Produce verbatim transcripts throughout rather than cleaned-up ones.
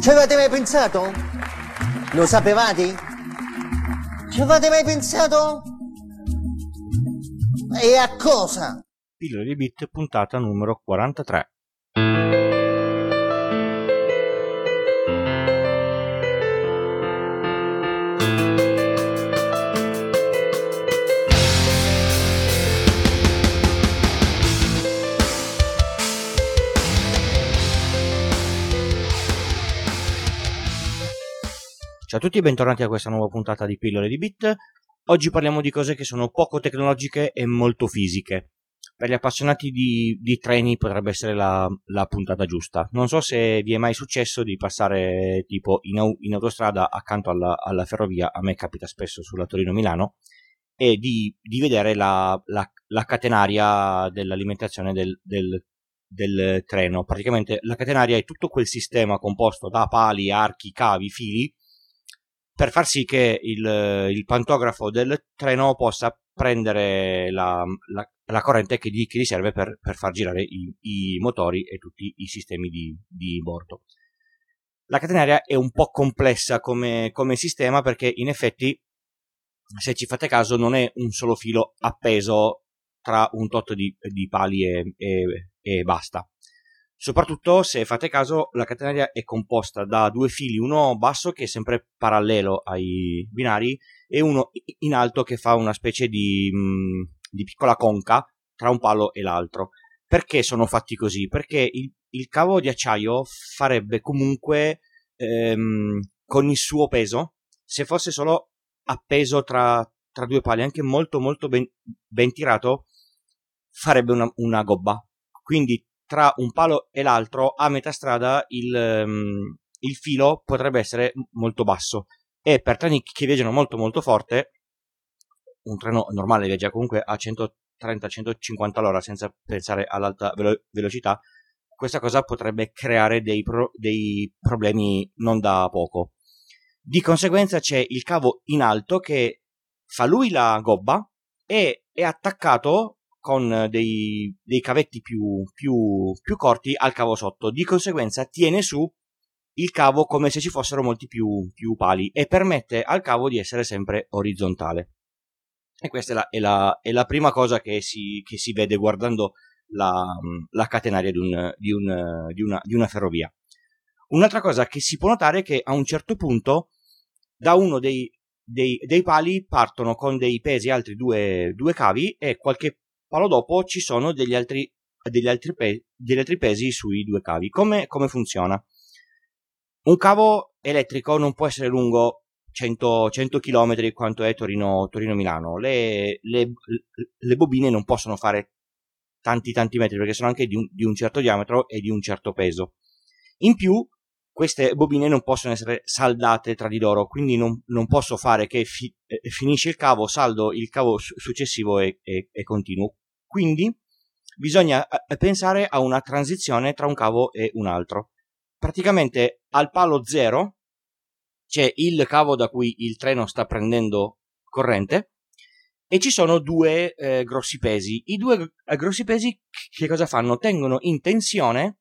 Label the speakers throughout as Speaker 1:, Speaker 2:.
Speaker 1: Ci avete mai pensato? Lo sapevate? Ci avete mai pensato? E a cosa?
Speaker 2: Pillole di Bit, puntata numero quarantatré. Ciao a tutti e bentornati a questa nuova puntata di Pillole di Bit. Oggi parliamo di cose che sono poco tecnologiche e molto fisiche. Per gli appassionati di, di treni potrebbe essere la, la puntata giusta. Non so se vi è mai successo di passare tipo in, au, in autostrada accanto alla, alla ferrovia, a me capita spesso sulla Torino-Milano, e di, di vedere la, la, la catenaria dell'alimentazione del, del, del treno. Praticamente la catenaria è tutto quel sistema composto da pali, archi, cavi, fili, per far sì che il, il pantografo del treno possa prendere la, la, la corrente che gli, che gli serve per, per far girare i, i motori e tutti i sistemi di, di bordo. La catenaria è un po' complessa come, come sistema, perché in effetti, se ci fate caso, non è un solo filo appeso tra un tot di, di pali e, e, e basta. Soprattutto, se fate caso, la catenaria è composta da due fili, uno basso che è sempre parallelo ai binari e uno in alto che fa una specie di, mh, di piccola conca tra un palo e l'altro. Perché sono fatti così? Perché il, il cavo di acciaio farebbe comunque ehm, con il suo peso, se fosse solo appeso tra, tra due pali, anche molto molto ben, ben tirato, farebbe una, una gobba. Quindi tra un palo e l'altro, a metà strada, il, um, il filo potrebbe essere molto basso, e per treni che viaggiano molto molto forte, un treno normale viaggia comunque a centotrenta centocinquanta all'ora senza pensare all'alta velo- velocità, questa cosa potrebbe creare dei, pro- dei problemi non da poco. Di conseguenza c'è il cavo in alto che fa lui la gobba e è attaccato con dei, dei cavetti più, più, più corti al cavo sotto. Di conseguenza tiene su il cavo come se ci fossero molti più, più pali e permette al cavo di essere sempre orizzontale. E questa è la, è la, è la prima cosa che si, che si vede guardando la, la catenaria di, un, di, un, di, una, di una ferrovia. Un'altra cosa che si può notare è che a un certo punto da uno dei, dei, dei pali partono con dei pesi altri due, due cavi, e qualche palo dopo ci sono degli altri, degli altri, pe- degli altri pesi sui due cavi. Come, come funziona? Un cavo elettrico non può essere lungo cento, cento chilometri quanto è Torino, Torino-Milano. Le, le, le bobine non possono fare tanti tanti metri, perché sono anche di un, di un certo diametro e di un certo peso. In più, queste bobine non possono essere saldate tra di loro, quindi non, non posso fare che fi, eh, finisce il cavo, saldo il cavo su- successivo e, e, e continuo. Quindi bisogna eh, pensare a una transizione tra un cavo e un altro. Praticamente al palo zero c'è il cavo da cui il treno sta prendendo corrente e ci sono due eh, grossi pesi. I due eh, grossi pesi che cosa fanno? Tengono in tensione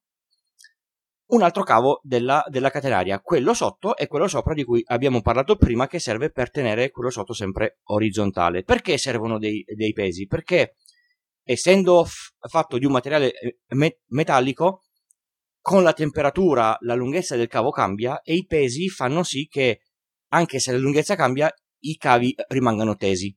Speaker 2: un altro cavo della, della catenaria, quello sotto e quello sopra di cui abbiamo parlato prima, che serve per tenere quello sotto sempre orizzontale. Perché servono dei, dei pesi? Perché essendo f- fatto di un materiale me- metallico, con la temperatura la lunghezza del cavo cambia, e i pesi fanno sì che, anche se la lunghezza cambia, i cavi rimangano tesi.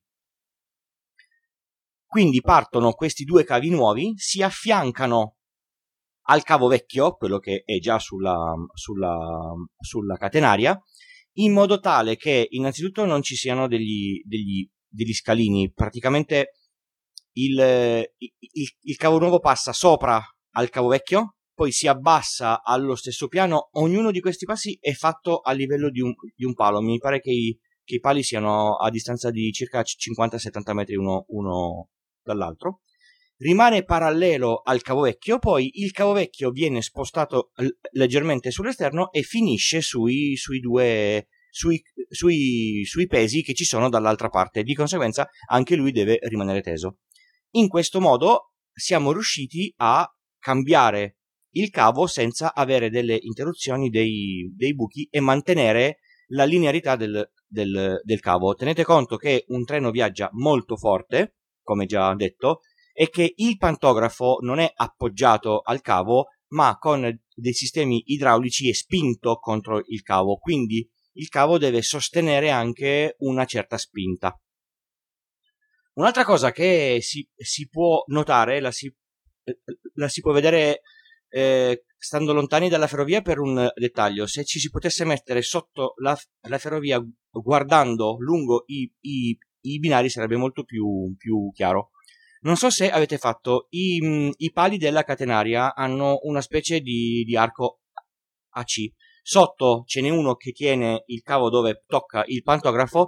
Speaker 2: Quindi partono questi due cavi nuovi, si affiancano al cavo vecchio, quello che è già sulla, sulla, sulla catenaria, in modo tale che innanzitutto non ci siano degli, degli, degli scalini. Praticamente il, il, il cavo nuovo passa sopra al cavo vecchio, poi si abbassa allo stesso piano. Ognuno di questi passi è fatto a livello di un, di un palo. Mi pare che i, che i pali siano a distanza di circa cinquanta settanta metri uno, uno dall'altro. Rimane parallelo al cavo vecchio, poi il cavo vecchio viene spostato l- leggermente sull'esterno e finisce sui, sui due sui, sui, sui pesi che ci sono dall'altra parte. Di conseguenza anche lui deve rimanere teso. In questo modo siamo riusciti a cambiare il cavo senza avere delle interruzioni, dei, dei buchi, e mantenere la linearità del, del, del cavo. Tenete conto che un treno viaggia molto forte, come già detto, e che il pantografo non è appoggiato al cavo, ma con dei sistemi idraulici è spinto contro il cavo, quindi il cavo deve sostenere anche una certa spinta. Un'altra cosa che si, si può notare, la si, la si può vedere eh, stando lontani dalla ferrovia, per un dettaglio: se ci si potesse mettere sotto la, la ferrovia guardando lungo i, i, i binari sarebbe molto più, più chiaro. Non so se avete fatto, i, i pali della catenaria hanno una specie di, di arco A C. Sotto ce n'è uno che tiene il cavo dove tocca il pantografo,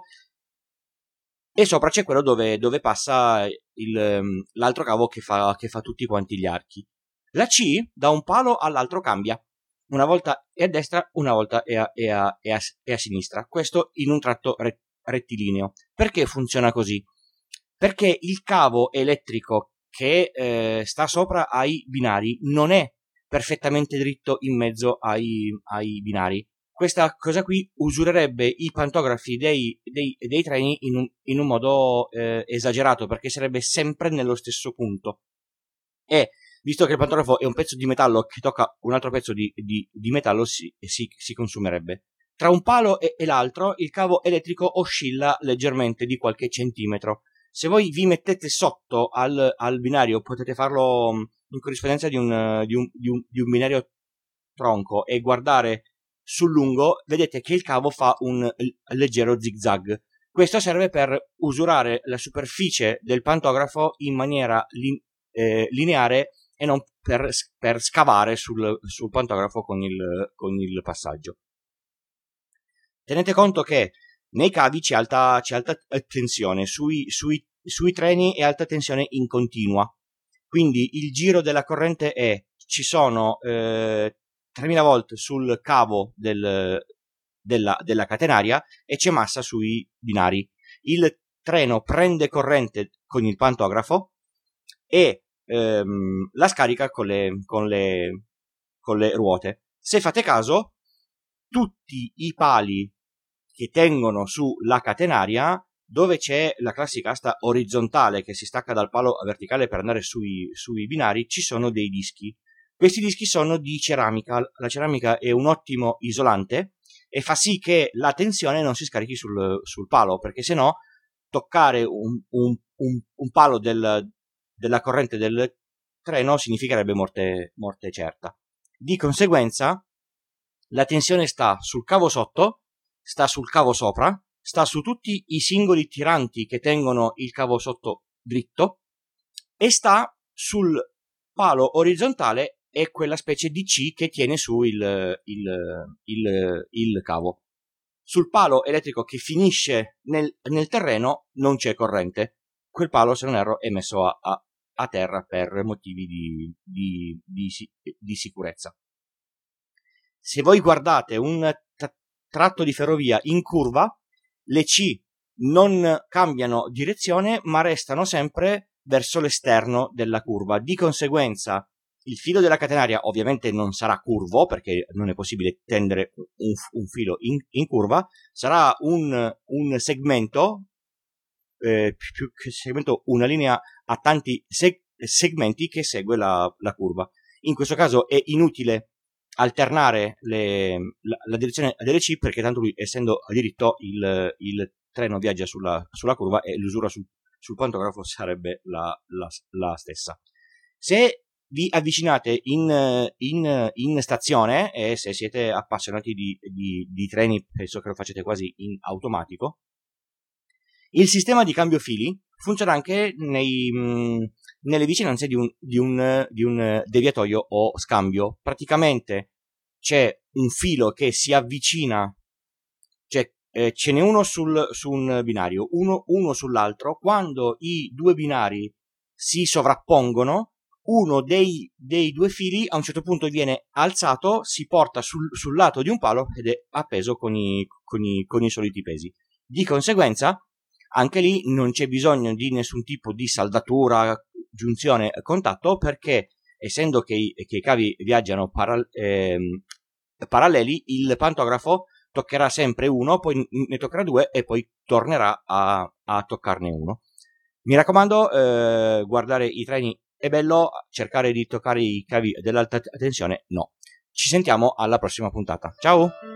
Speaker 2: e sopra c'è quello dove, dove passa il, l'altro cavo che fa, che fa tutti quanti gli archi. La C da un palo all'altro cambia, una volta è a destra, una volta è a, è a, è a, è a sinistra, questo in un tratto rettilineo. Perché funziona così? Perché il cavo elettrico che eh, sta sopra ai binari non è perfettamente dritto in mezzo ai, ai binari. Questa cosa qui usurerebbe i pantografi dei, dei, dei treni in un, in un modo eh, esagerato, perché sarebbe sempre nello stesso punto. E visto che il pantografo è un pezzo di metallo che tocca un altro pezzo di, di, di metallo, si, si, si consumerebbe. Tra un palo e, e l'altro il cavo elettrico oscilla leggermente di qualche centimetro. Se voi vi mettete sotto al, al binario, potete farlo in corrispondenza di un, di un, di un, di un binario tronco e guardare sul lungo, vedete che il cavo fa un leggero zigzag. Questo serve per usurare la superficie del pantografo in maniera li, eh, lineare e non per, per scavare sul, sul pantografo con il, con il passaggio. Tenete conto che nei cavi c'è alta, c'è alta tensione, sui, sui, sui treni è alta tensione in continua, quindi il giro della corrente è, ci sono eh, tremila volt sul cavo del, della, della catenaria e c'è massa sui binari. Il treno prende corrente con il pantografo e ehm, la scarica con le, con, le, con le ruote. Se fate caso, tutti i pali che tengono sulla catenaria, dove c'è la classica asta orizzontale che si stacca dal palo verticale per andare sui, sui binari, ci sono dei dischi. Questi dischi sono di ceramica. La ceramica è un ottimo isolante e fa sì che la tensione non si scarichi sul, sul palo, perché se no toccare un, un, un, un palo del, della corrente del treno significherebbe morte, morte certa. Di conseguenza la tensione sta sul cavo sotto, sta sul cavo sopra, sta su tutti i singoli tiranti che tengono il cavo sotto dritto e sta sul palo orizzontale e quella specie di C che tiene su il, il, il, il cavo. Sul palo elettrico che finisce nel, nel terreno non c'è corrente. Quel palo, se non erro, è messo a, a, a terra per motivi di, di, di, di sicurezza. Se voi guardate un tratto di ferrovia in curva, le C non cambiano direzione ma restano sempre verso l'esterno della curva. Di conseguenza il filo della catenaria ovviamente non sarà curvo, perché non è possibile tendere un, un filo in, in curva, sarà un, un segmento, eh, più che segmento, una linea a tanti seg- segmenti che segue la, la curva. In questo caso è inutile alternare le, la, la direzione delle C, perché tanto lui, essendo a diritto, il, il treno viaggia sulla, sulla curva e l'usura sul, sul pantografo sarebbe la, la, la stessa. Se vi avvicinate in, in, in stazione, e se siete appassionati di, di, di treni, penso che lo facete quasi in automatico, il sistema di cambio fili funziona anche nei, mh, nelle vicinanze di un, di, un, di un deviatoio o scambio. Praticamente c'è un filo che si avvicina, cioè eh, ce n'è uno sul, su un binario, uno, uno sull'altro. Quando i due binari si sovrappongono, uno dei, dei due fili a un certo punto viene alzato, si porta sul, sul lato di un palo ed è appeso con i, con i, con i soliti pesi. Di conseguenza anche lì non c'è bisogno di nessun tipo di saldatura, giunzione, contatto, perché essendo che i, che i cavi viaggiano paral- ehm, paralleli, il pantografo toccherà sempre uno, poi ne toccherà due e poi tornerà a, a toccarne uno. Mi raccomando, eh, guardare i treni è bello, cercare di toccare i cavi dell'alta tensione no. Ci sentiamo alla prossima puntata. Ciao!